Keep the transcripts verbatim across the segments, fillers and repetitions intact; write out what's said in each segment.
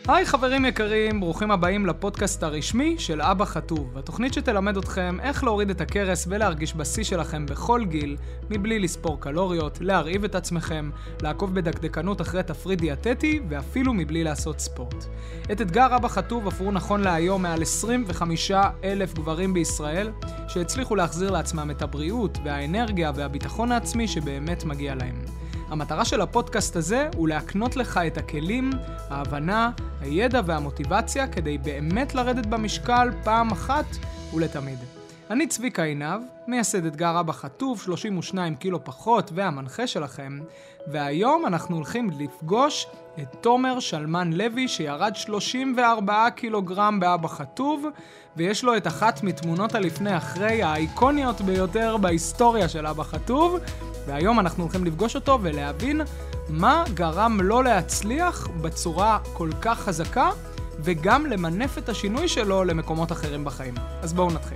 היי חברים יקרים, ברוכים הבאים לפודקאסט הרשמי של אבא חטוב, התוכנית שתלמד אתכם איך להוריד את הקרס ולהרגיש בשיא שלכם בכל גיל, מבלי לספור קלוריות, להרעיב את עצמכם, לעקוב בדקדקנות אחרי תפריט דיאטטי ואפילו מבלי לעשות ספורט. את אתגר אבא חטוב עברו נכון להיום מעל עשרים וחמישה אלף גברים בישראל שהצליחו להחזיר לעצמם את הבריאות והאנרגיה והביטחון העצמי שבאמת מגיע להם. המטרה של הפודקאסט הזה הוא להקנות לך את הכלים, ההבנה, הידע והמוטיבציה כדי באמת לרדת במשקל פעם אחת ולתמיד. אני צביקה עינב, מייסד אתגר אבא חטוב, שלושים ושניים קילו פחות והמנחה שלכם, והיום אנחנו הולכים לפגוש את תומר שלמן לוי שירד שלושים וארבעה קילוגרם באבא חטוב, ויש לו את אחת מתמונות הלפני אחרי האיקוניות ביותר בהיסטוריה של אבא חטוב, והיום אנחנו הולכים לפגוש אותו ולהבין מה גרם לו להצליח בצורה כל כך חזקה, וגם למנף את השינוי שלו למקומות אחרים בחיים. אז בואו נתחיל.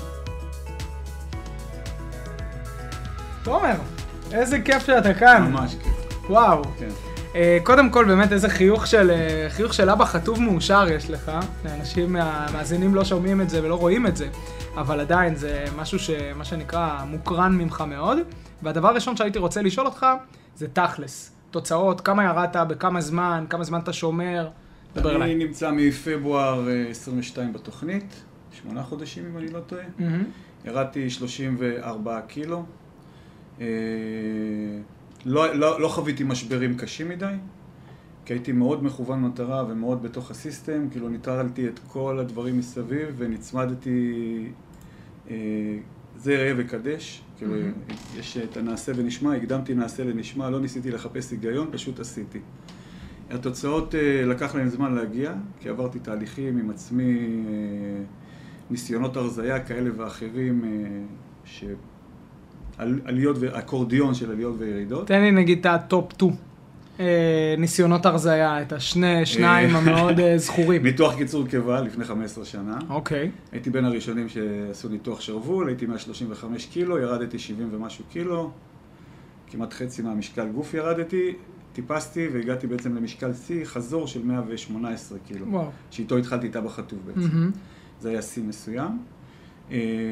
תומר, איזה כיף שאתה כאן. ממש כיף. וואו. כן. Uh, קודם כל באמת איזה חיוך של, uh, חיוך של אבא חטוב מאושר יש לך. אנשים מהמאזינים לא שומעים את זה ולא רואים את זה, אבל עדיין זה משהו שמה שנקרא מוקרן ממך מאוד. והדבר הראשון שהייתי רוצה לשאול אותך זה תכלס, תוצאות, כמה ירדת, בכמה זמן, כמה זמן אתה שומר, דבר אני אליי. נמצא מפברואר עשרים ושתיים בתוכנית, שמונה חודשים אם אני לא טועה. Mm-hmm. ירדתי שלושים וארבעה קילו. אה, לא, לא, לא חוויתי משברים קשים מדי, כי הייתי מאוד מכוון מטרה ומאוד בתוך הסיסטם, כאילו ניטרלתי את כל הדברים מסביב ונצמדתי אה, זה ראה וקדש. כאילו, mm-hmm. יש את הנעשה ונשמע, הקדמתי נעשה לנשמע, לא ניסיתי לחפש היגיון, פשוט עשיתי. התוצאות לקח להם זמן להגיע, כי עברתי תהליכים עם עצמי, ניסיונות הרזיה כאלה ואחרים, שעליות, אקורדיון של עליות וירידות. תן לי נגיד את הטופ שתיים, ניסיונות הרזיה, את השני, שניים המאוד זכורים. ניתוח קיצור קיבה לפני חמש עשרה שנה. אוקיי. הייתי בין הראשונים שעשו ניתוח שרוול, הייתי מאה שלושים וחמש קילו, ירדתי שבעים ומשהו קילו, כמעט חצי מהמשקל גוף ירדתי, טיפסתי והגעתי בעצם למשקל C, חזור של מאה ושמונה עשרה קילו. וואו. שאיתו התחלתי איתה בחטוב בעצם. Mm-hmm. זה היה C מסוים. Uh,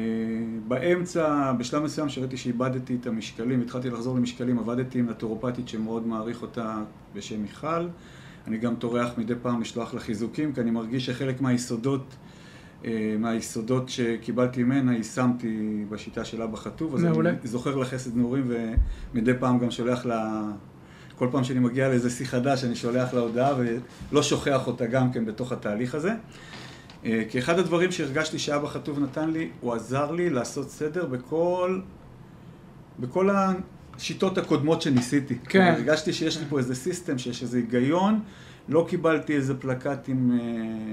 באמצע, בשלב מסוים שראיתי שאיבדתי את המשקלים, התחלתי לחזור למשקלים, עבדתי עם נטורופטית שמאוד מעריך אותה בשם מיכל. אני גם טורח מדי פעם לשלוח לחיזוקים, כי אני מרגיש שחלק מהיסודות, uh, מהיסודות שקיבלתי ממנה, יישמתי בשיטה שלה בחטוב. אז מעולה. אני זוכר לחסד נעורים ומדי פעם גם שולח לה, כל פעם שאני מגיע לאיזה שיא חדש, אני שולח לה הודעה ולא שוכח אותה גם כן בתוך התהליך הזה. כי אחד הדברים שהרגשתי שאבא חטוב נתן לי, הוא עזר לי לעשות סדר בכל, בכל השיטות הקודמות שניסיתי. כן. הרגשתי שיש לי פה איזה סיסטם, שיש איזה היגיון, לא קיבלתי איזה פלקט עם uh,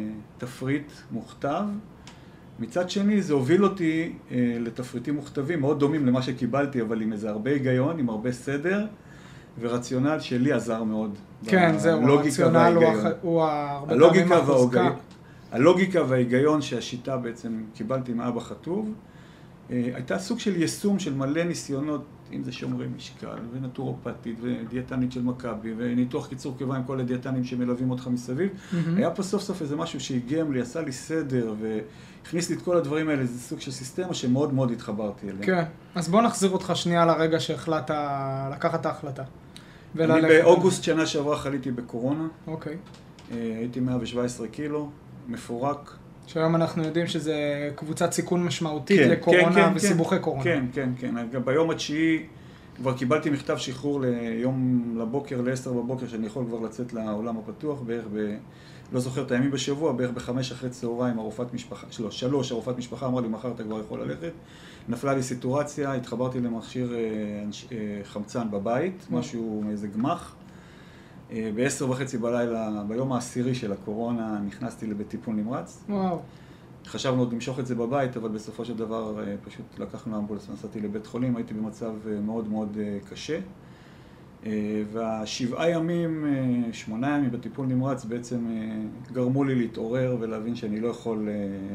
תפריט מוכתב. מצד שני, זה הוביל אותי uh, לתפריטים מוכתבים, מאוד דומים למה שקיבלתי, אבל עם איזה הרבה היגיון, עם הרבה סדר, ורציונל שלי עזר מאוד. כן, זהו, הרציונל הוא הרבה פעמים מחוזקה. הלוגיקה וההיגיון שהשיטה בעצם קיבלתי מאבא חטוב, הייתה סוג של יישום של מלא ניסיונות, אם זה שומרי משקל, ונטורופטית, ודיאטנית של מכבי, וניתוח קיצור קיבה עם כל הדיאטנים שמלווים אותך מסביב. Mm-hmm. היה פה סוף סוף איזה משהו שהגיע לי, עשה לי סדר, והכניס לי את כל הדברים האלה, זה סוג של סיסטמה שמאוד מאוד התחברתי אליה. כן, אז בוא נחזיר אותך שנייה לרגע שהחלטת לקחת את ההחלטה. אני באוגוסט שנה שעברה חליתי בקורונה. אוקיי. הייתי מאה שבע עשרה קילו. מפורק. שהיום אנחנו יודעים שזה קבוצת סיכון משמעותית כן, לקורונה כן, כן, וסיבוכי כן, קורונה. כן, כן, כן. גם ביום התשיעי כבר קיבלתי מכתב שחרור ליום לבוקר, לעשר בבוקר, שאני יכול כבר לצאת לעולם הפתוח, בערך ב... לא זוכר את הימים בשבוע, בערך בחמש אחרי צהריים, הרופאת משפחה, שלוש, שלוש, הרופאת משפחה אמרה לי, מחר אתה כבר יכול ללכת. נפלה לי סיטואציה, התחברתי למכשיר חמצן בבית, משהו מאיזה גמח. בעשר וחצי בלילה, ביום העשירי של הקורונה, נכנסתי לבית טיפול נמרץ. וואו. חשבנו עוד למשוך את זה בבית, אבל בסופו של דבר פשוט לקחנו אמבולנס, נסעתי לבית חולים, הייתי במצב מאוד מאוד קשה. והשבעה ימים, שמונה ימים בטיפול נמרץ בעצם גרמו לי להתעורר ולהבין שאני לא יכול...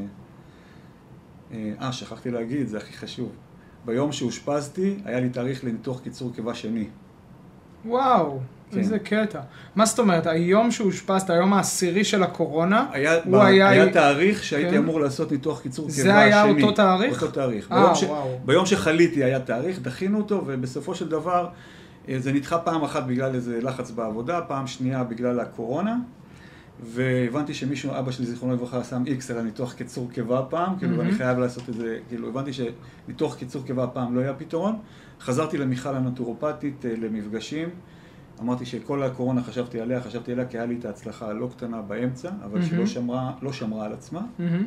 אה, שכחתי להגיד, זה הכי חשוב. ביום שהושפזתי, היה לי תאריך לניתוח קיצור קיבה שני. וואו. כן. איזה קטע. מה זאת אומרת, היום שהושפזת, היום העשירי של הקורונה, היה, הוא ב, היה... היה תאריך שהייתי כן. אמור לעשות ניתוח קיצור קיבה שני. זה היה אותו תאריך? אותו תאריך. אה, ביום, ש... וואו. ביום שחליתי היה תאריך, דחינו אותו, ובסופו של דבר זה נדחה פעם אחת בגלל איזה לחץ בעבודה, פעם שנייה בגלל הקורונה, והבנתי שמישהו, אבא שלי זיכרונו לברכה, שם איקס על הניתוח קיצור קיבה פעם, כאילו, ואני חייב לעשות את זה, כאילו, הבנתי שניתוח קיצור קיבה פעם לא היה פתרון. חזרתי למיכל הנטורופטית למפגשים, אמרתי שכל הקורונה חשבתי עליה, חשבתי עליה כי היה לי את ההצלחה הלא קטנה באמצע, אבל שלא שמרה, לא שמרה על עצמה.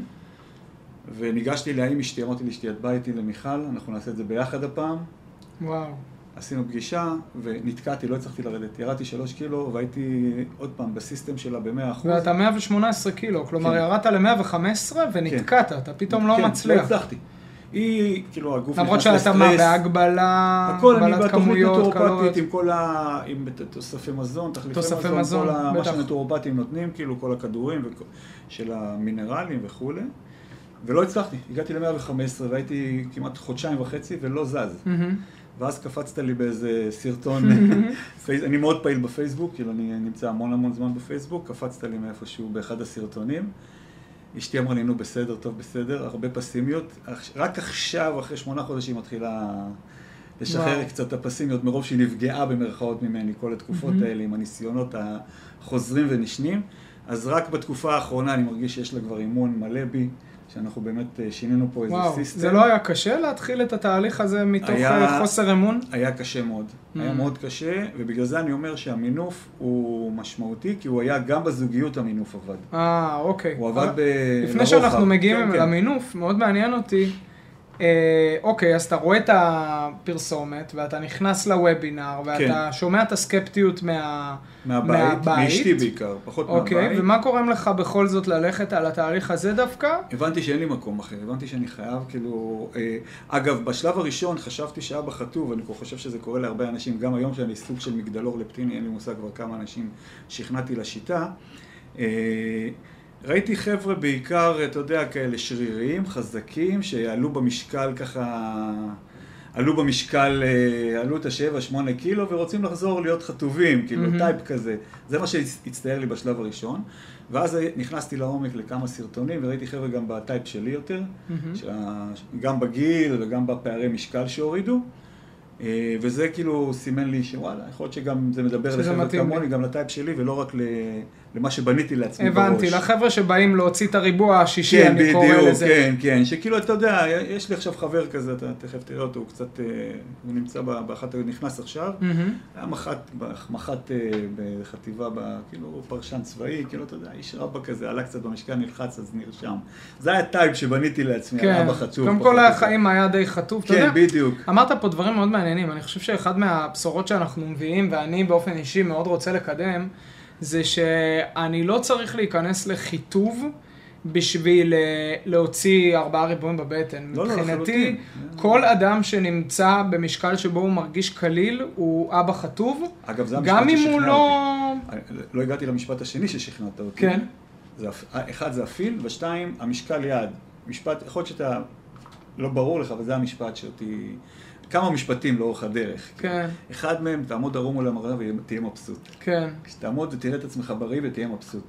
וניגשתי לה עם אשתי, אמרתי לאשתי, את באה איתי למיכל, אנחנו נעשה את זה ביחד הפעם. וואו. עשינו פגישה ונתקעתי, לא הצלחתי לרדת. ירדתי שלוש קילו והייתי עוד פעם בסיסטם שלה ב-מאה אחוז. ואתה מאה ושמונה עשרה קילו, כלומר כן. ירדת ל-מאה וחמש עשרה ונתקעת, אתה פתאום לא כן, מצליח. לא הצלחתי. היא, כאילו, הגוף נכנס למרות לסטרס. שאתה מה, בהגבלה, הכל, אני הגבלת בתוכנית כמויות, נטורופטית עם כל ה... עם תוספי מזון, תחליפי תוספי מזון, מזון, כל ה... מה בטח. שנטורופטים נותנים, כאילו כל הכדורים וכ... של המינרלים וכו'. ולא הצלחתי, הגעתי ל-מאה וחמש עשרה והייתי כמעט חודשיים וחצי ולא זז. ואז קפצת לי באיזה סרטון, אני מאוד פעיל בפייסבוק, כאילו אני נמצא המון המון זמן בפייסבוק, קפצת לי מאיפשהו באחד הסרטונים. אשתי אמרה לי, נו בסדר, טוב בסדר, הרבה פסימיות. רק עכשיו, אחרי שמונה חודשים, מתחילה לשחרר קצת את הפסימיות, מרוב שהיא נפגעה במרכאות ממני, כל התקופות האלה, עם הניסיונות החוזרים ונשנים. אז רק בתקופה האחרונה אני מרגיש שיש לה כבר אימון מלא בי, שאנחנו באמת שינינו פה איזה וואו, סיסטם. זה לא היה קשה להתחיל את התהליך הזה מתוך היה, חוסר אמון? היה קשה מאוד. Mm. היה מאוד קשה, ובגלל זה אני אומר שהמינוף הוא משמעותי, כי הוא היה גם בזוגיות המינוף עבד. אה, אוקיי. הוא עבד ב... לפני שאנחנו מגיעים כן, כן. למינוף, מאוד מעניין אותי. אה, אוקיי, אז אתה רואה את הפרסומת, ואתה נכנס לוובינר, ואתה כן. שומע את הסקפטיות מה... מהבית, מהבית. מאשתי בעיקר, פחות אוקיי, מהבית. ומה גורם לך בכל זאת ללכת על התהליך הזה דווקא? הבנתי שאין לי מקום אחר, הבנתי שאני חייב, כאילו... אה, אגב, בשלב הראשון חשבתי שאבא חטוב, אני חושב שזה קורה להרבה אנשים, גם היום שאני סוג של מגדלור לפטיני, אין לי מושג כבר כמה אנשים שכנעתי לשיטה. אה, ראיתי חבר'ה בעיקר, אתה יודע, כאלה שריריים, חזקים, שעלו במשקל ככה... עלו במשקל, עלו את השבע, שמונה קילו, ורוצים לחזור להיות חטובים, כאילו mm-hmm. טייפ כזה. זה מה שהצטייר לי בשלב הראשון. ואז נכנסתי לעומק לכמה סרטונים, וראיתי חבר'ה גם בטייפ שלי יותר, mm-hmm. שה... גם בגיל וגם בפערי משקל שהורידו. וזה כאילו סימן לי שוואלה, יכול להיות שגם זה מדבר לחבר'ה כמוני, גם לטייפ שלי, ולא רק למה שבניתי לעצמי בראש. הבנתי, לחבר'ה שבאים להוציא את הריבוע השישי, כן, אני קורא בדיוק, לזה. כן, כן, שכאילו, אתה יודע, יש לי עכשיו חבר כזה, אתה תכף תראה אותו, הוא קצת, הוא נמצא באחת, הוא נכנס עכשיו, היה מח"ט, מח"ט בחטיבה, כאילו, פרשן צבאי, כאילו, אתה יודע, איש רבא כזה, עלה קצת במשקל, נלחץ, אז נרשם. זה היה טייפ שבניתי לעצמי, אבא חצוף. גם כל החיים היה די חטוף, אתה יודע. כן, בדיוק. אמרת פה דברים מאוד מעניינים, אני חושב שאחד מהבשורות שאנחנו מביאים, ואני באופן אישי מאוד רוצה לקדם, זה שאני לא צריך להיכנס לחיטוב בשביל להוציא ארבעה ריבועים בבטן. לא, מבחינתי, לא, כל אדם שנמצא במשקל שבו הוא מרגיש קליל, הוא אבא חטוב. אגב, זה גם המשפט אם ששכנע הוא לא... אותי. לא הגעתי למשפט השני ששכנעת אותי. כן. זה, אחד זה הפיל, ושתיים, המשקל יעד. משפט, יכול להיות שאתה לא ברור לך, אבל זה המשפט שאותי... כמה משפטים לאורך הדרך. כן. אחד מהם, תעמוד ערום מול המראה ותהיה מבסוט. כן. כשתעמוד ותראה את עצמך בריא ותהיה מבסוט.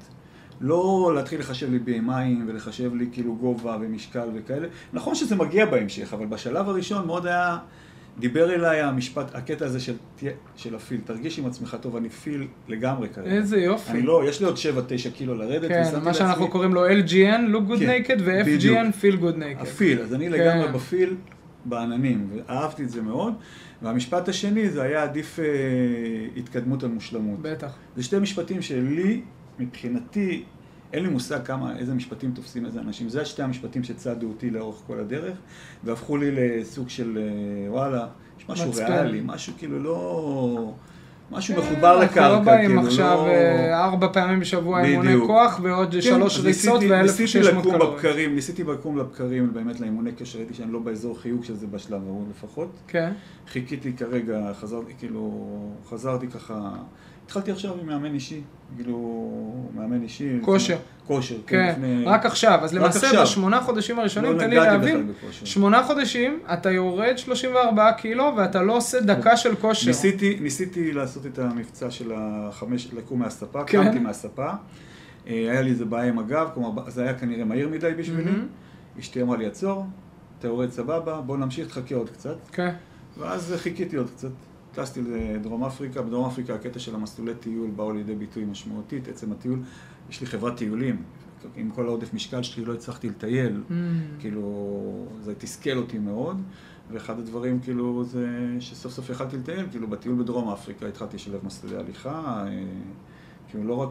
לא להתחיל לחשב לי בי אם איי ולחשב לי כאילו גובה ומשקל וכאלה. נכון שזה מגיע בהמשך, אבל בשלב הראשון מאוד היה, דיבר אליי המשפט, הקטע הזה של, של הפיל. תרגיש עם עצמך טוב, אני פיל לגמרי כרגע. איזה יופי. אני לא, יש לי עוד שבע תשע קילו לרדת. כן, מה שאנחנו קוראים לו אל ג'י אן, Look Good Naked, ו-אף ג'י אן, Feel Good Naked. הפיל, אז אני לגמרי בפיל. בעננים, ואהבתי את זה מאוד. והמשפט השני זה היה עדיף אה, התקדמות על מושלמות. בטח. זה שתי משפטים שלי, מבחינתי, אין לי מושג כמה, איזה משפטים תופסים איזה אנשים. זה שתי המשפטים שצעדו אותי לאורך כל הדרך, והפכו לי לסוג של אה, וואלה, יש משהו מצפן. ריאלי, משהו כאילו לא... משהו מחובר לקרקע, כאילו לא... אנחנו לא באים עכשיו ארבע פעמים בשבוע אימוני כוח, ועוד שלוש ריצות ואלף שש מאות קלוריות. ניסיתי לקום לבקרים, באמת לאימוני כושר, ראיתי שאני לא באזור חיוג של זה בשלב ההוא לפחות. כן. חיכיתי כרגע, חזרתי, כאילו, חזרתי ככה, התחלתי עכשיו עם מאמן אישי, כאילו, מאמן אישי. כושר. בכושר. כן, לפני... רק עכשיו. אז רק למעשה עכשיו. בשמונה חודשים הראשונים, לא תן לי נגעתי להבין, בכלל בכושר. שמונה חודשים אתה יורד שלושים וארבעה קילו ואתה לא עושה דקה של כושר. ניסיתי, ניסיתי לעשות את המבצע של החמש, לקום מהספה, כן. קמתי מהספה. היה לי איזה בעיה עם הגב, כלומר, זה היה כנראה מהיר מדי בשבילי. Mm-hmm. אשתי אמרה לי, עצור, אתה יורד סבבה, בוא נמשיך, תחכה עוד קצת. כן. ואז חיכיתי עוד קצת. טסתי לדרום אפריקה, בדרום אפריקה הקטע של המסלולי טיול באו לידי ביטוי משמעותית, עצם הטיול, יש לי חברת טיולים, עם כל העודף משקל שלי לא הצלחתי לטייל, mm. כאילו זה תסכל אותי מאוד, ואחד הדברים כאילו זה שסוף סוף יכלתי לטייל, כאילו בטיול בדרום אפריקה התחלתי לשלב מסלולי הליכה, כאילו לא רק,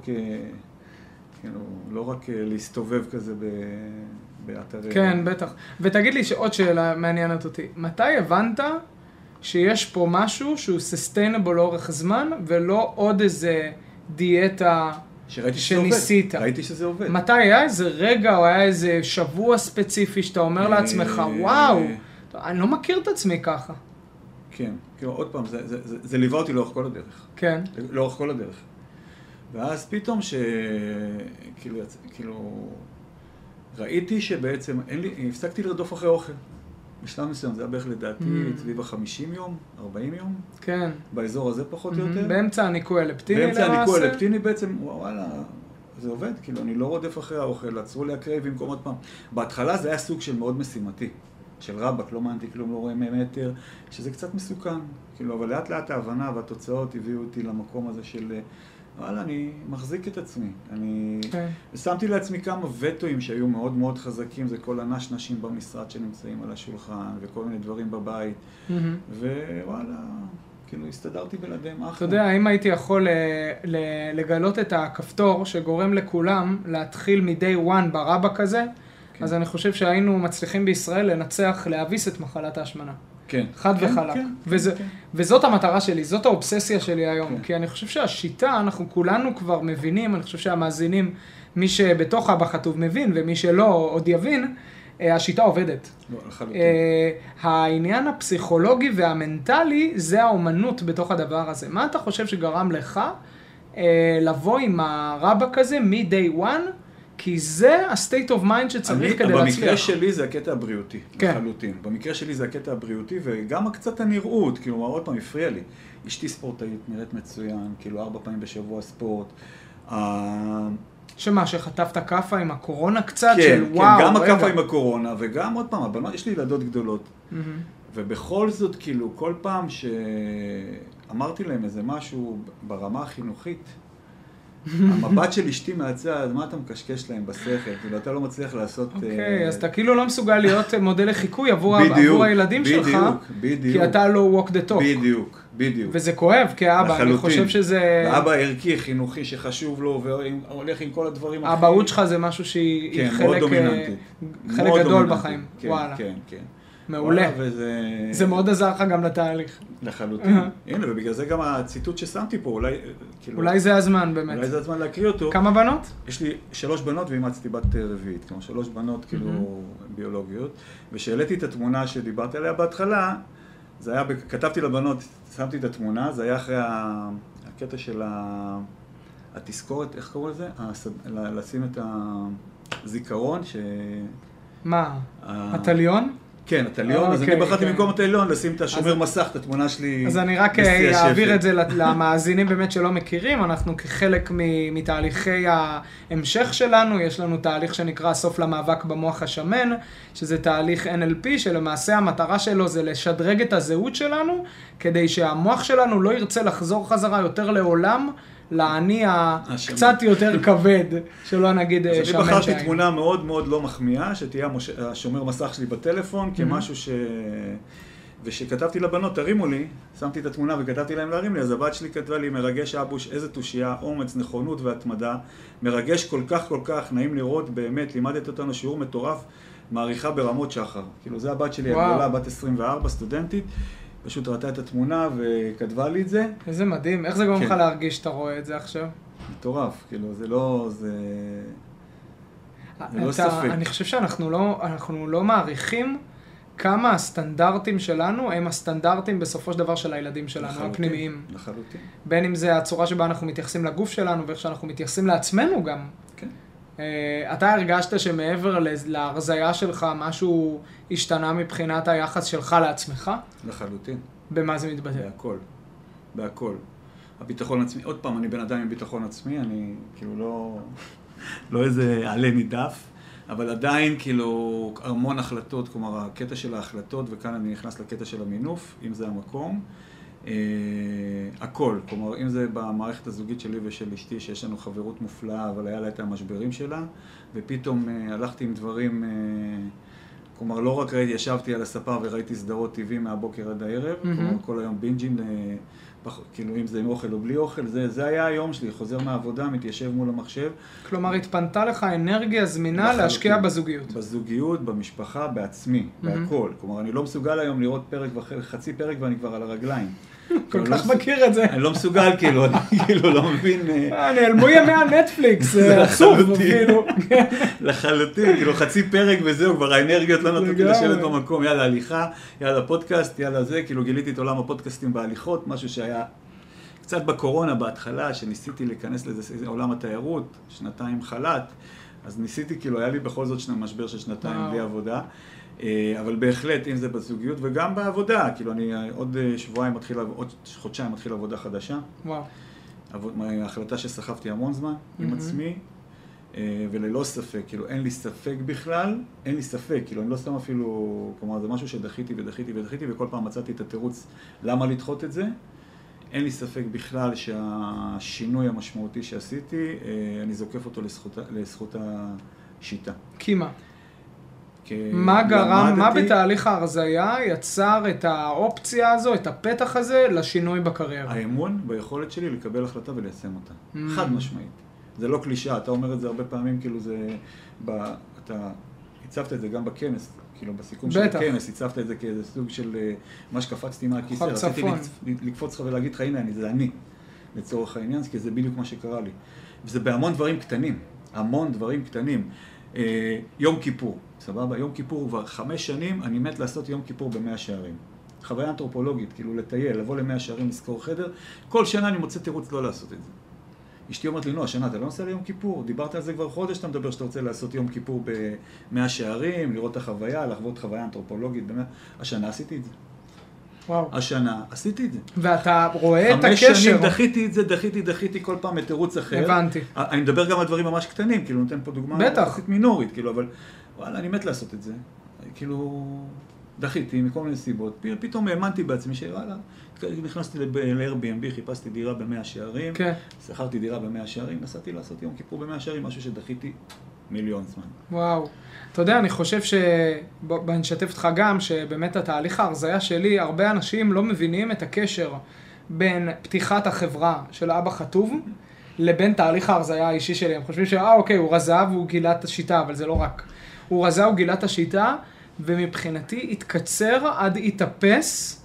כאילו לא רק להסתובב כזה ב... באתרי... כן, בטח. ותגיד לי שעוד שאלה מעניינת אותי, מתי הבנת שיש פה משהו שהוא sustainable לאורך זמן, ולא עוד איזה דיאטה שניסית? ראיתי שזה עובד. מתי היה איזה רגע, או היה איזה שבוע ספציפי, שאתה אומר לעצמך, וואו, אני לא מכיר את עצמי ככה. כן, כאילו עוד פעם, זה, זה, זה, זה ליווה אותי לאורך כל הדרך. כן. לאורך כל הדרך. ואז פתאום ש... כאילו, כאילו... ראיתי שבעצם, אין לי, הפסקתי לרדוף אחרי אוכל. בשלב מסוים, זה היה בערך לדעתי סביב ה-חמישים יום, ארבעים יום. כן. באזור הזה פחות או יותר. באמצע הניקוי אלפטיני למעשה. באמצע הניקוי אלפטיני בעצם, וואלה, זה עובד, כאילו, אני לא רודף אחרי האוכל, עצרו לי הקרייבים כל עוד פעם. בהתחלה זה היה סוג של מאוד משימתי, של רבק, לא מענתי כלום, לא רואה ממטר, שזה קצת מסוכן, כאילו, אבל לאט לאט ההבנה והתוצאות הביאו אותי למקום הזה של... וואלה, אני מחזיק את עצמי. אני... Okay. ושמתי לעצמי כמה וטואים שהיו מאוד מאוד חזקים, זה כל הנש נשים במשרד שנמצאים על השולחן, וכל מיני דברים בבית. Mm-hmm. ווואלה, כאילו הסתדרתי בלעדיהם אחלה. אתה יודע, אם הייתי יכול לגלות את הכפתור שגורם לכולם להתחיל מ-day one ברבק הזה, okay. אז אני חושב שהיינו מצליחים בישראל לנצח, להביס את מחלת ההשמנה. כן. חד כן, וחלק. כן, וזה, כן. וזאת המטרה שלי, זאת האובססיה שלי היום. כן. כי אני חושב שהשיטה, אנחנו כולנו כבר מבינים, אני חושב שהמאזינים, מי שבתוך אבא חטוב מבין, ומי שלא עוד יבין, השיטה עובדת. לא, לחלוטין. העניין הפסיכולוגי והמנטלי, זה האומנות בתוך הדבר הזה. מה אתה חושב שגרם לך לבוא עם הרבק הזה מ-day one, כי זה ה-state of mind שצריך כדי להצליח. במקרה שלי זה הקטע הבריאותי, כן. לחלוטין. במקרה שלי זה הקטע הבריאותי, וגם קצת הנראות, כאילו, עוד פעם, הפריע לי. אשתי ספורטאית, נראית מצוין, כאילו, ארבע פעמים בשבוע ספורט. שמה, שחטפת כפה עם הקורונה קצת? כן, של כן, וואו, גם רגע. הכפה עם הקורונה, וגם עוד פעם, הבנות, יש לי ילדות גדולות. Mm-hmm. ובכל זאת, כאילו, כל פעם שאמרתי להם איזה משהו ברמה החינוכית, המבט של אשתי מהצד, מה אתה מקשקש להם בשכל? כאילו, אתה לא מצליח לעשות... אוקיי, אז אתה כאילו לא מסוגל להיות מודל לחיקוי עבור הילדים שלך, כי אתה לא walk the talk. בדיוק, בדיוק. וזה כואב, כאבא, אני חושב שזה... לאבא ערכי, חינוכי, שחשוב לו, והולך עם כל הדברים אחרים. האבהות שלך זה משהו שהיא חלק גדול בחיים. וואלה. כן, כן. מעולה. זה מאוד עזר לך גם לתהליך. לחלוטין. הנה, ובגלל זה גם הציטוט ששמתי פה, אולי... אולי זה הזמן באמת. אולי זה הזמן להקריא אותו. כמה בנות? יש לי שלוש בנות ואימצתי בת רביעית, כלומר שלוש בנות כאילו ביולוגיות, ושהעליתי את התמונה שדיברתי עליה בהתחלה, זה היה, כתבתי לבנות, שמתי את התמונה, זה היה אחרי הקטע של התזכורת, איך קראו לזה? לשים את הזיכרון ש... מה? הטליון? כן, הטליון, אז אני בחרתי במקום הטליון לשים את השומר מסך, את התמונה שלי. אז אני רק אעביר את זה למאזינים באמת שלא מכירים, אנחנו כחלק מתהליכי ההמשך שלנו, יש לנו תהליך שנקרא סוף למאבק במוח השמן, שזה תהליך אן אל פי, שלמעשה המטרה שלו זה לשדרג את הזהות שלנו, כדי שהמוח שלנו לא ירצה לחזור חזרה יותר לעולם, לעני הקצת יותר כבד, שלא נגיד שמן שהיינו. אז אני בחרתי תמונה מאוד מאוד לא מחמיאה, שתהיה השומר מסך שלי בטלפון, כמשהו ש... ושכתבתי לבנות, תרימו לי, שמתי את התמונה וכתבתי להם להרים לי, אז הבת שלי כתבה לי, מרגש אבוש, איזה תושייה, אומץ, נכונות והתמדה, מרגש כל כך כל כך, נעים לראות, באמת, לימדת אותנו שיעור מטורף, מעריכה ברמות שחר. כאילו, זה הבת שלי הגדולה, בת עשרים וארבע, סטודנטית, פשוט ראתה את התמונה וכתבה לי את זה. איזה מדהים, איך זה גורם לך להרגיש שאתה רואה את זה עכשיו? מטורף, כאילו, זה לא, זה... זה לא ספק. אני חושב שאנחנו לא, אנחנו לא מעריכים כמה הסטנדרטים שלנו הם הסטנדרטים בסופו של דבר של הילדים שלנו, הפנימיים. לחלוטין. בין אם זה הצורה שבה אנחנו מתייחסים לגוף שלנו ואיך שאנחנו מתייחסים לעצמנו גם. כן. אתה הרגשת שמעבר להרזייה שלך משהו השתנה מבחינת היחס שלך לעצמך? לחלוטין. במה זה מתבטא? בהכל. בהכל. הביטחון עצמי, עוד פעם, אני בן אדם עם ביטחון עצמי, אני כאילו לא, לא איזה עלה נידף, אבל עדיין כאילו המון החלטות, כלומר הקטע של ההחלטות, וכאן אני נכנס לקטע של המינוף, אם זה המקום, אה, הכל, כלומר אם זה במערכת הזוגית שלי ושל אשתי, שיש לנו חברות מופלאה, אבל היה לה את המשברים שלה, ופתאום אה, הלכתי עם דברים, אה, כלומר לא רק ראיתי, ישבתי על הספה וראיתי סדרות טבעי מהבוקר עד הערב, mm-hmm. כלומר כל היום בינג'ים, אה, כאילו אם זה עם אוכל או בלי אוכל, זה, זה היה היום שלי, חוזר מהעבודה, מתיישב מול המחשב. כלומר, התפנתה לך אנרגיה זמינה לחלוטין, להשקיע בזוגיות. בזוגיות, במשפחה, בעצמי, mm-hmm. בהכל. כלומר, אני לא מסוגל היום לראות פרק וחצי פרק ואני כבר על הרגליים. כל כך לא מכיר את זה. אני לא מסוגל, כאילו, אני כאילו לא מבין... נעלמו ימי הנטפליקס, עצוב אפילו. לחלוטין, כאילו חצי פרק וזהו, כבר האנרגיות לא נתתי לשבת במקום, יאללה הליכה, יאללה פודקאסט, יאללה זה, כאילו גיליתי את עולם הפודקאסטים בהליכות, משהו שהיה קצת בקורונה בהתחלה, שניסיתי להיכנס לזה, עולם התיירות, שנתיים חל"ת, אז ניסיתי, כאילו, היה לי בכל זאת משבר של שנתיים בלי עבודה. אבל בהחלט, אם זה בזוגיות וגם בעבודה, כאילו אני עוד שבועיים מתחיל, עוד חודשיים מתחיל עבודה חדשה. וואו. החלטה שסחבתי המון זמן mm-hmm. עם עצמי, וללא ספק, כאילו אין לי ספק בכלל, אין לי ספק, כאילו אני לא סתם אפילו, כלומר זה משהו שדחיתי ודחיתי ודחיתי, וכל פעם מצאתי את התירוץ למה לדחות את זה. אין לי ספק בכלל שהשינוי המשמעותי שעשיתי, אני זוקף אותו לזכות, לזכות השיטה. כי מה? מה גרם, מה בתהליך ההרזייה יצר את האופציה הזו, את הפתח הזה לשינוי בקריירה? האמון ביכולת שלי לקבל החלטה וליישם אותה. חד משמעית. זה לא קלישה, אתה אומר את זה הרבה פעמים, כאילו זה, אתה הצבת את זה גם בכנס, כאילו בסיכום של הכנס, הצבת את זה כאיזה סוג של מה שקפצתי מהכיסא, רציתי לקפוץ לך ולהגיד לך, הנה, זה אני, לצורך העניין, כי זה בדיוק מה שקרה לי. וזה בהמון דברים קטנים, המון דברים קטנים. יום כיפור. סבבה, יום כיפור כבר חמש שנים, אני מת לעשות יום כיפור במאה שערים. חוויה אנתרופולוגית, כאילו לטייל, לבוא למאה שערים, לזכור חדר. כל שנה אני מוצא תירוץ לא לעשות את זה. אשתי אומרת לי, נו, השנה אתה לא נוסע ליום כיפור? דיברת על זה כבר חודש, אתה מדבר שאתה רוצה לעשות יום כיפור במאה שערים, לראות את החוויה, לחוות חוויה אנתרופולוגית במאה... השנה עשיתי את זה. וואו. השנה עשיתי את זה. ואתה רואה את הקשר. חמש שנים דחיתי את זה, דחיתי, דחיתי כל פעם את תירוץ אחר. הבנתי. אני מדבר גם על דברים ממש קטנים, כאילו נותן פה דוגמה. בטח. מינורית, כאילו, אבל וואלה, אני מת לעשות את זה. כאילו, דחיתי מכל מיני סיבות. פתאום האמנתי בעצמי שוואלה, נכנסתי ל-Airbnb, חיפשתי דירה במאה שערים, כן. שכרתי דירה במאה שערים, נסעתי לעשות יום כיפור במאה שערים, משהו שדחיתי מיליון זמן. וואו. אתה יודע, אני חושב ש... בוא נשתף אותך גם, שבאמת התהליך ההרזייה שלי, הרבה אנשים לא מבינים את הקשר בין פתיחת החברה של אבא חטוב, לבין תהליך ההרזייה האישי שלי. הם חושבים שאה, אוקיי, הוא רזה והוא גילה את השיטה, אבל זה לא רק. הוא רזה, הוא גילה את השיטה, ומבחינתי התקצר עד התאפס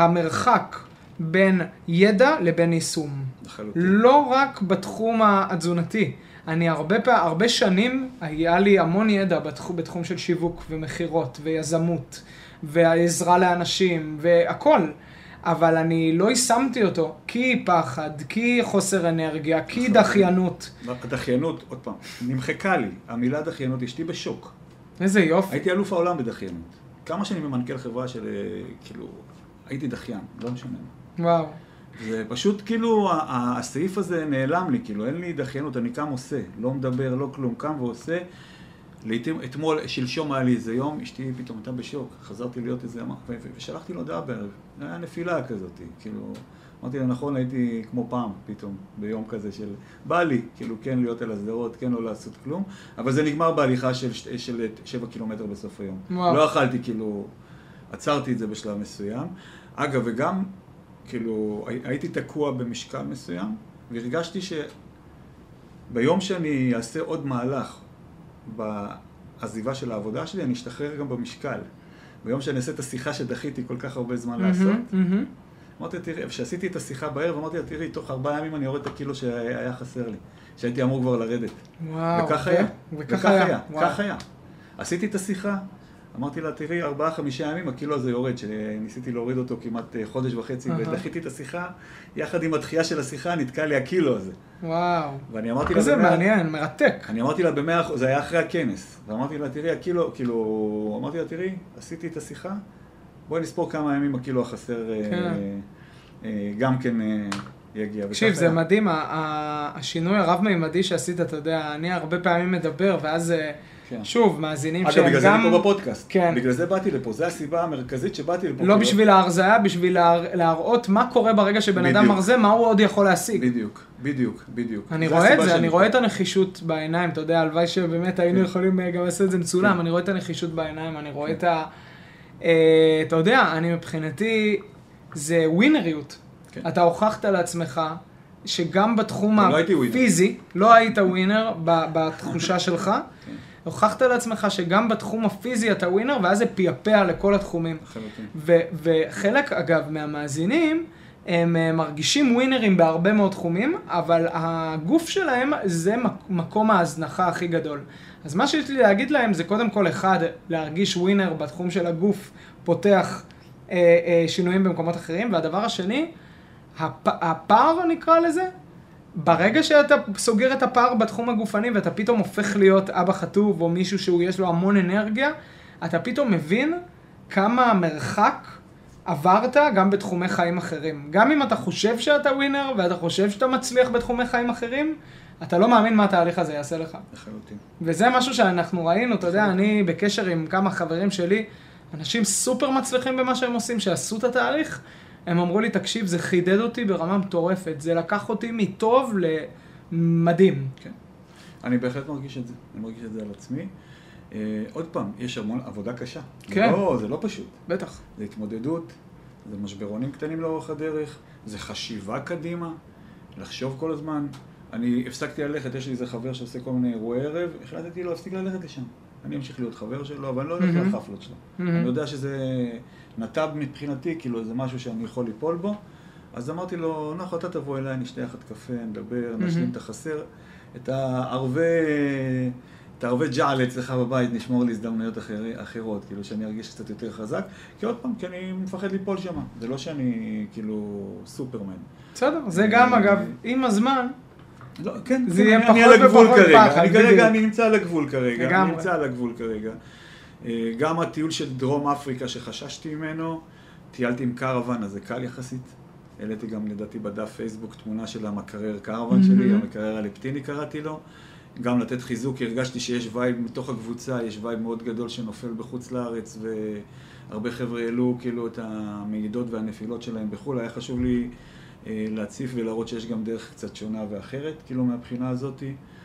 המרחק בין ידע לבין יישום. לחלוטין. לא רק בתחום התזונתי. אני הרבה, פעם, הרבה שנים, היה לי המון ידע בתחום, בתחום של שיווק ומחירות ויזמות והעזרה לאנשים והכל. אבל אני לא יישמתי אותו כי פחד, כי חוסר אנרגיה, כי דחיינות. הדחיינות, עוד פעם, נמחקה לי. המילה דחיינות, אשתי בשוק. איזה יופי. הייתי אלוף העולם בדחיינות. כמה שנים ממנכ"ל חברה של, כאילו, הייתי דחיין, לא משנה. וואו. זה פשוט כאילו, הסעיף הזה נעלם לי, כאילו, אין לי דחיינות, אני קם עושה, לא מדבר, לא כלום, קם ועושה. לעתים, אתמול, שלשום היה לי איזה יום, אשתי פתאום הייתה בשוק, חזרתי להיות איזה, ושלחתי לו הודעה בערב, היה נפילה כזאת, כאילו, אמרתי לה, נכון, הייתי כמו פעם, פתאום, ביום כזה של, בא לי, כאילו, כן להיות על הסדרות, כן לא לעשות כלום, אבל זה נגמר בהליכה של, של שבע קילומטר בסוף היום. וואו. לא אכלתי, כאילו, עצרתי את זה בשלב מסוים. אגב, וגם, כאילו, הייתי תקוע במשקל מסוים, והרגשתי שביום שאני אעשה עוד מהלך, בעזיבה של העבודה שלי, אני אשתחרר גם במשקל. ביום שאני אעשה את השיחה שדחיתי כל כך הרבה זמן לעשות, אמרתי, תראי, כשעשיתי את השיחה בערב, אמרתי, תראי, תוך ארבעה ימים אני יורד את הקילו שהיה חסר לי, שהייתי אמור כבר לרדת. וואו. וכך היה, וכך היה, כך היה. עשיתי את השיחה, אמרתי לה, תראי, ארבעה, חמישה ימים, הקילו הזה יורד, שניסיתי להוריד אותו כמעט חודש וחצי, ודחיתי את השיחה, יחד עם הדחייה של השיחה, נתקע לי הקילו הזה. וואו. ואני אמרתי לה... זה מעניין, מרתק. אני אמרתי לה במאה אחוז, זה היה אחרי הכנס, ואמרתי לה, תראי, הקילו, כאילו, אמרתי לה, תראי, עשיתי את השיחה, בואי נספור כמה ימים הקילו החסר, גם כן יגיע. תקשיב, זה מדהים, השינוי הרב-מימדי שעשית, אתה יודע, אני הרבה פעמים מדבר, ואז... כן. שוב, מאזינים שהם גם... אגב, בגלל זה אני פה בפודקאסט. כן. בגלל זה באתי לפה. זו הסיבה המרכזית שבאתי לפה. לא בשביל ההרזיה, בשביל לה... להראות מה קורה ברגע שבן בדיוק. אדם מרזה, מה הוא עוד יכול להשיג. בדיוק, בדיוק, בדיוק. אני רואה את זה, אני רואה את הנחישות בעיניים, אתה יודע, הלוואי שבאמת היינו כן. יכולים גם לעשות את זה מצולם, כן. אני רואה את הנחישות בעיניים, אני רואה כן. את ה... אה, אתה יודע, אני מבחינתי, זה ווינריות. כן. אתה הוכחת לעצמך שגם בתחום הפיזי, לא היית ווינר בתחושה שלך, הוכחת לעצמך שגם בתחום הפיזי אתה ווינר, ואז זה פייפע לכל התחומים. ו- וחלק, אגב, מהמאזינים, הם מרגישים ווינרים בהרבה מאוד תחומים, אבל הגוף שלהם זה מקום ההזנחה הכי גדול. אז מה שיש לי להגיד להם זה קודם כל אחד, להרגיש ווינר בתחום של הגוף, פותח אה, אה, שינויים במקומות אחרים, והדבר השני, הפ- הפער נקרא לזה, ברגע שאתה סוגר את הפער בתחום הגופני ואתה פתאום הופך להיות אבא חטוב או מישהו שהוא יש לו המון אנרגיה, אתה פתאום מבין כמה מרחק עברת גם בתחומי חיים אחרים. גם אם אתה חושב שאתה ווינר ואתה חושב שאתה מצליח בתחומי חיים אחרים, אתה לא מאמין מה התהליך הזה יעשה לך. לחלוטין. וזה משהו שאנחנו ראינו, אתה יודע, אני בקשר עם כמה חברים שלי, אנשים סופר מצליחים במה שהם עושים, שעשו את התהליך, הם אמרו לי, תקשיב, זה חידד אותי ברמה מטורפת, זה לקח אותי מטוב למדהים. כן. אני בהחלט מרגיש את זה, אני מרגיש את זה על עצמי. אה, עוד פעם, יש המון עבודה קשה. כן. זה לא, זה לא פשוט. בטח. זה התמודדות, זה משברונים קטנים לאורך הדרך, זה חשיבה קדימה, לחשוב כל הזמן. אני הפסקתי ללכת, יש לי איזה חבר שעושה כל מיני אירועי ערב, החלטתי לא להפסיק ללכת לשם. אני אמשיך להיות חבר שלו, אבל אני לא הולך mm-hmm. לחפלות שלו. Mm-hmm. אני יודע שזה נתב מבחינתי, כאילו זה משהו שאני יכול ליפול בו. אז אמרתי לו, נחו, אתה תבוא אליי, נשתה יחד קפה, נדבר, mm-hmm. נשלים את החסר. את הערבי, את הערבי ג'על אצלך בבית נשמור להזדמנויות אחר, אחרות, כאילו שאני ארגיש קצת יותר חזק. כי עוד פעם, כי אני מפחד ליפול שמה. זה לא שאני כאילו סופרמן. בסדר, זה גם אגב, עם הזמן, לא, כן, זה כן, יהיה אני, פחות אני על הגבול ופחות כרגע. פחד. אני כרגע, אני נמצא על הגבול כרגע. לגמרי. אני נמצא על הגבול כרגע. גם הטיול של דרום אפריקה שחששתי ממנו, טיילתי עם קרוון, אז זה קל יחסית. העליתי גם לדעתי בדף פייסבוק תמונה של המקרר קרוון שלי, המקרר הלפטיני קראתי לו. גם לתת חיזוק, הרגשתי שיש וייב מתוך הקבוצה, יש וייב מאוד גדול שנופל בחוץ לארץ, והרבה חבר'ה העלו כאילו את המעידות והנפילות שלהם בחו"ל. היה חשוב לי להציף ולהראות שיש גם דרך קצת שונה ואחרת, כאילו מהבחינה הזאת.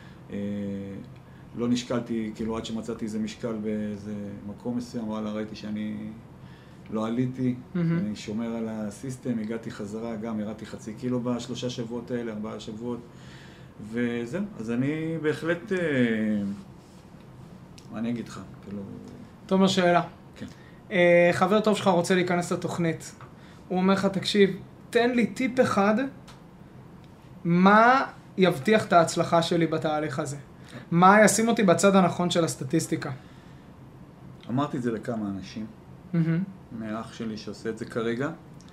לא נשקלתי, כאילו עד שמצאתי איזה משקל באיזה מקום מסוים, וואלה ראיתי שאני לא עליתי, mm-hmm. אני שומר על הסיסטם, הגעתי חזרה, גם ירדתי חצי קילו בשלושה שבועות האלה, ארבעה שבועות, וזהו. אז אני בהחלט, מה אני אגיד לך? כאילו... תומר, שאלה. כן. חבר טוב שלך רוצה להיכנס לתוכנית. הוא אומר לך, תקשיב, תן לי טיפ אחד, מה יבטיח את ההצלחה שלי בתהליך הזה? מה ישים אותי בצד הנכון של הסטטיסטיקה? אמרתי את זה לכמה אנשים, mm-hmm. מהאח שלי שעושה את זה כרגע.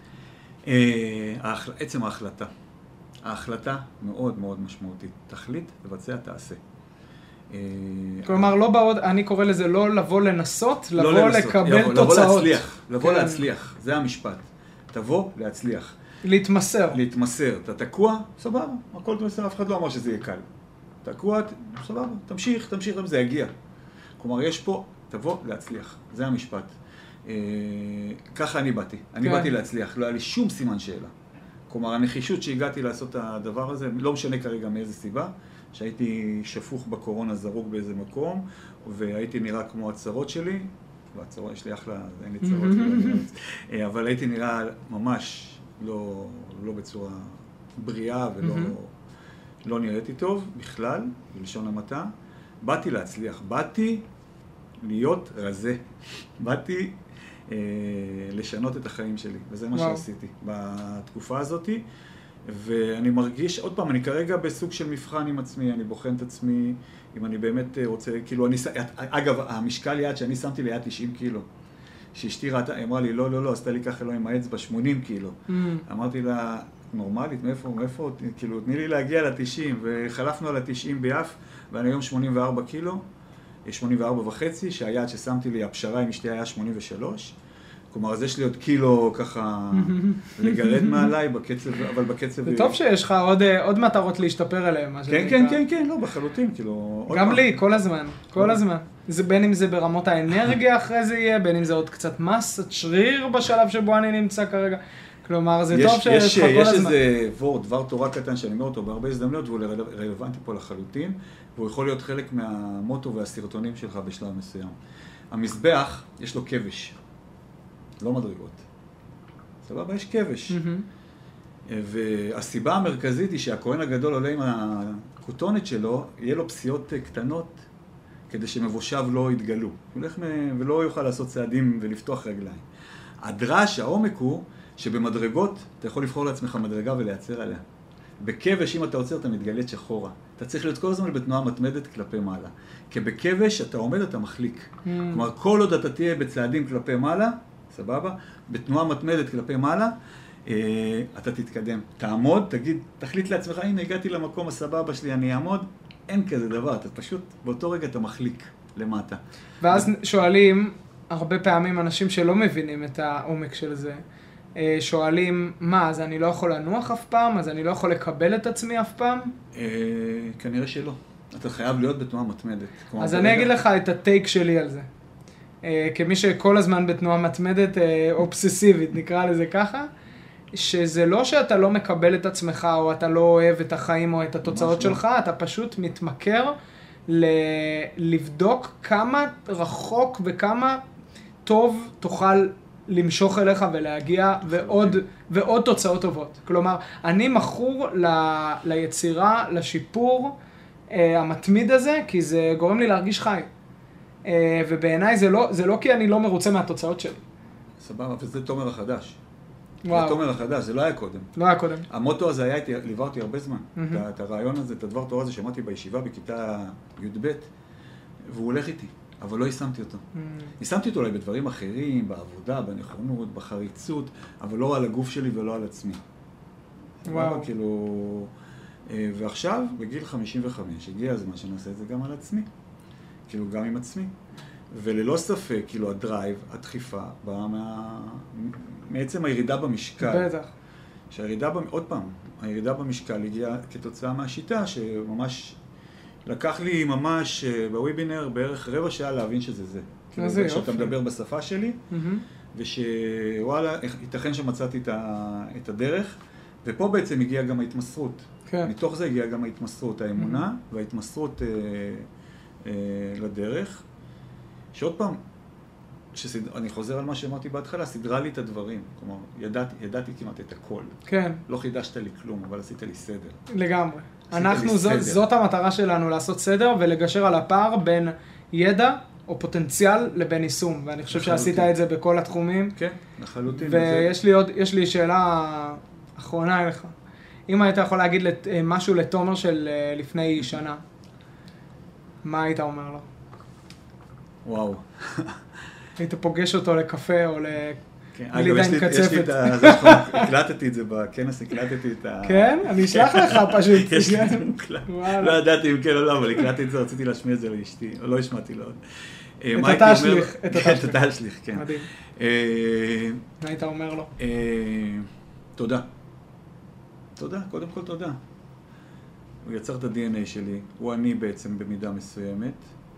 עצם ההחלטה. ההחלטה מאוד מאוד משמעותית. תחליט, לבצע, תעשה. כלומר, לא בעוד, אני קורא לזה לא לבוא לנסות, לבוא לא לנסות, לקבל יבוא, תוצאות. לבוא להצליח, לבוא כן. להצליח. זה המשפט. תבוא להצליח. להתמסר. להתמסר. אתה תקוע, סבבה. הכל תמסר, אף אחד לא אמר שזה יהיה קל. תקוע, סבבה. תמשיך, תמשיך, זה יגיע. כלומר, יש פה, תבוא להצליח. זה המשפט. אה, ככה אני באתי. אני כן. באתי להצליח. לא היה לי שום סימן שאלה. כלומר, הנחישות שהגעתי לעשות את הדבר הזה, לא משנה כרגע מאיזה סיבה, שהייתי שפוך בקורונה זרוק באיזה מקום, והייתי נראה כמו הצרות שלי, והצרות, יש לי אחלה, אין לי צרות, אבל הייתי נראה ממש לא, לא בצורה בריאה ולא לא נראיתי טוב בכלל, בלשון המעטה. באתי להצליח, באתי להיות רזה, באתי לשנות את החיים שלי, וזה מה שעשיתי בתקופה הזאת. ואני מרגיש, עוד פעם, אני כרגע בסוג של מבחן עם עצמי, אני בוחן את עצמי, אם אני באמת רוצה, כאילו, אני, אגב, המשקל יעד שאני שמתי לי היה תשעים קילו. שאשתי ראתה, אמרה לי, לא, לא, לא, עשתה לי ככה לא עם האצבע, שמונים קילו. Mm. אמרתי לה, נורמלית, מאיפה, מאיפה, כאילו, תני לי להגיע ל-תשעים, וחלפנו על ה-תשעים ביף, ואני היום שמונים וארבע קילו, שמונים וארבע וחצי, שהיעד ששמתי לי, הפשרה עם אשתי היה שמונים ושלוש. כלומר, אז יש לי עוד קילו ככה לגרד מעליי בקצב, אבל בקצב... זה טוב שיש לך עוד, עוד מטרות להשתפר אליהם. כן, כן, כן, כן, לא, בחלוטין, כאילו... גם לי, כל הזמן, כל הזמן. זה בין אם זה ברמות האנרגיה אחרי זה יהיה, בין אם זה עוד קצת מסת שריר בשלב שבו אני נמצא כרגע. כלומר, זה טוב שיש לך כל הזמן. יש איזה וורד, דבר תורה קטן שאני אומר אותו בהרבה הזדמנויות, והוא רלוונטי פה לחלוטין, והוא יכול להיות חלק מהמוטו והסרטונים שלך בשלב מסוים. המזבח, יש לו כבש. לא מדרגות. סבבה, יש כבש. Mm-hmm. והסיבה המרכזית היא שהכהן הגדול עולה עם הכותונת שלו, יהיה לו פסיעות קטנות, כדי שמבושיו לא יתגלו. ולא יוכל לעשות צעדים ולפתוח רגליים. הדרש, העומק הוא, שבמדרגות אתה יכול לבחור לעצמך מדרגה ולייצר עליה. בכבש, אם אתה עוצר, אתה מתגלת שחורה. אתה צריך להיות כל הזמן בתנועה מתמדת כלפי מעלה. כי בכבש, אתה עומד, אתה מחליק. Mm. כלומר, כל עוד אתה תהיה בצעדים כלפי מעלה, סבבה? בתנועה מתמדת כלפי מעלה, אה, אתה תתקדם. תעמוד, תגיד, תחליט לעצמך, הנה, הגעתי למקום הסבבה שלי, אני אעמוד. אין כזה דבר, אתה פשוט, באותו רגע אתה מחליק למטה. ואז שואלים, הרבה פעמים אנשים שלא מבינים את העומק של זה, שואלים, מה, אז אני לא יכול לנוח אף פעם? אז אני לא יכול לקבל את עצמי אף פעם? אה, כנראה שלא. אתה חייב להיות בתנועה מתמדת. אז אני אגיד לך את הטייק שלי על זה. כמי שכל הזמן בתנועה מתמדת, אובססיבית, נקרא לזה ככה, שזה לא שאתה לא מקבל את עצמך, או אתה לא אוהב את החיים או את התוצאות שלך, אתה פשוט מתמכר ל- לבדוק כמה רחוק וכמה טוב תוכל למשוך אליך ולהגיע ועוד, ועוד תוצאות טובות. כלומר, אני מכור ל- ליצירה, לשיפור המתמיד הזה, כי זה גורם לי להרגיש חי. ובעיניי זה לא, זה לא כי אני לא מרוצה מהתוצאות שלי. סבבה, וזה תומר החדש. וואו. זה תומר החדש, זה לא היה קודם. לא היה קודם. המוטו הזה היה איתי, ליווה אותי הרבה זמן. Mm-hmm. את, את הרעיון הזה, את הדבר תורה הזה, שמעתי בישיבה בכיתה י"ב, והוא הולך איתי, אבל לא יישמתי אותו. Mm-hmm. יישמתי אותו אולי בדברים אחרים, בעבודה, בנכונות, בחריצות, אבל לא על הגוף שלי ולא על עצמי. וואו. כאילו... ועכשיו, בגיל חמישים וחמש, הגיע הזמן שנעשה את זה גם על עצמי. כאילו, גם עם עצמי. וללא ספק, כאילו, הדרייב, הדחיפה, באה מה... מעצם הירידה במשקל. בטח. שהירידה, עוד פעם, הירידה במשקל הגיעה כתוצאה מהשיטה, שממש לקח לי ממש בוובינר בערך רבע שעה להבין שזה זה. כאילו, זה שאתה מדבר בשפה שלי, ושווואלה, ייתכן שמצאתי את הדרך, ופה בעצם הגיעה גם ההתמסרות. כן. מתוך זה הגיעה גם ההתמסרות, האמונה, וההתמסרות לדרך. שעוד פעם, שאני חוזר על מה שאמרתי בהתחלה, סדרה לי את הדברים. כלומר, ידעתי, ידעתי כמעט את הכל. כן. לא חידשת לי כלום, אבל עשית לי סדר. לגמרי. אנחנו, זאת, זאת המטרה שלנו, לעשות סדר ולגשר על הפער בין ידע או פוטנציאל לבין יישום. ואני חושב לחלוטין. שעשית את זה בכל התחומים. כן, לחלוטין. ויש לי עוד, יש לי שאלה אחרונה אליך. אם היית יכול להגיד לת, משהו לתומר של לפני שנה, מה היית אומר לו? וואו. היית פוגש אותו לקפה או ללידה עם קצפת. יש לי את ה... הקלטתי את זה בכנס, הקלטתי את ה... כן? אני אשלח לך פשוט. יש לי את זה מוקלט. לא ידעתי אם כן או לא, אבל הקלטתי את זה, רציתי להשמיע את זה לאשתי, או לא השמעתי לו עוד. את התשליך. את התשליך, כן. מדהים. מה היית אומר לו? תודה. תודה, קודם כל תודה. הוא יצר את ה-די אן איי שלי, הוא אני בעצם במידה מסוימת.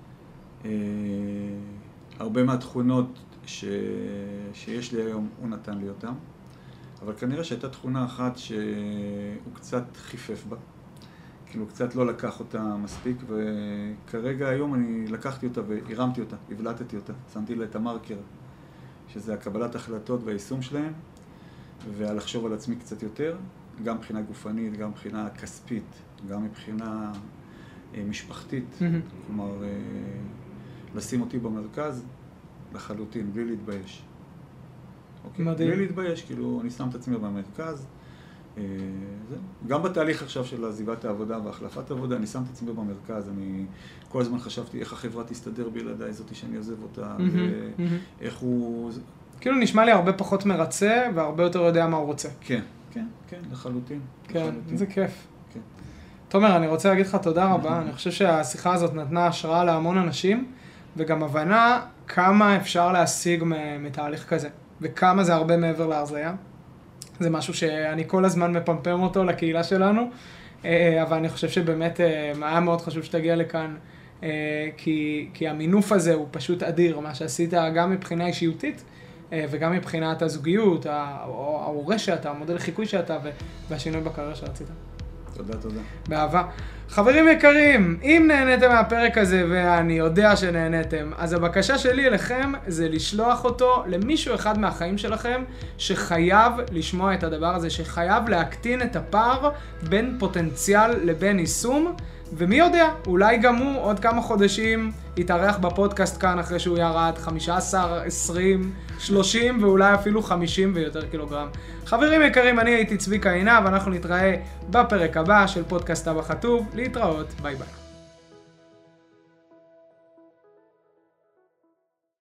הרבה מהתכונות ש... שיש לי היום, הוא נתן לי אותן. אבל כנראה שהייתה תכונה אחת שהוא קצת חיפף בה. כאילו, קצת לא לקח אותה מספיק, וכרגע היום אני לקחתי אותה והרמתי אותה, הבלטתי אותה. שמתי לה את המרקר, שזה הקבלת החלטות והיישום שלהם, ולחשוב על עצמי קצת יותר, גם מבחינה גופנית, גם מבחינה כספית, גם מבחינה אה, משפחתית. Mm-hmm. כלומר, אה, לשים אותי במרכז לחלוטין, בלי להתבייש. אוקיי? מדהים. בלי להתבייש, כאילו, אני שם את עצמי במרכז, גם בתהליך עכשיו של עזיבת העבודה והחלפת העבודה, אני שם את עצמי במרכז, אני כל הזמן חשבתי איך החברה תסתדר בלעדיי זאתי שאני עוזב אותה, ואיך הוא... כאילו נשמע לי הרבה פחות מרצה, והרבה יותר יודע מה הוא רוצה. כן, כן, כן, לחלוטין. כן, זה כיף. תומר, אני רוצה להגיד לך תודה רבה, אני חושב שהשיחה הזאת נתנה השראה להמון אנשים, וגם הבנה כמה אפשר להשיג מתהליך כזה, וכמה זה הרבה מעבר להרזיה. זה משהו שאני כל הזמן מפמפם אותו לקהילה שלנו, אבל אני חושב שבאמת היה מאוד חשוב שתגיע לכאן, כי, כי המינוף הזה הוא פשוט אדיר, מה שעשית גם מבחינה אישיותית, וגם מבחינת הזוגיות, ההורה שאתה, המודל החיקוי שאתה, והשינוי בקריירה שרצית. תודה, תודה. באהבה. חברים יקרים, אם נהניתם מהפרק הזה, ואני יודע שנהניתם, אז הבקשה שלי אליכם זה לשלוח אותו למישהו אחד מהחיים שלכם, שחייב לשמוע את הדבר הזה, שחייב להקטין את הפער בין פוטנציאל לבין יישום, ומי יודע, אולי גם הוא עוד כמה חודשים יתארח בפודקאסט כאן אחרי שהוא ירד חמישה עשר, עשרים, שלושים ואולי אפילו חמישים ויותר קילוגרם. חברים יקרים, אני הייתי צביקה עינה ואנחנו נתראה בפרק הבא של פודקאסט אבא חטוב. להתראות, ביי ביי.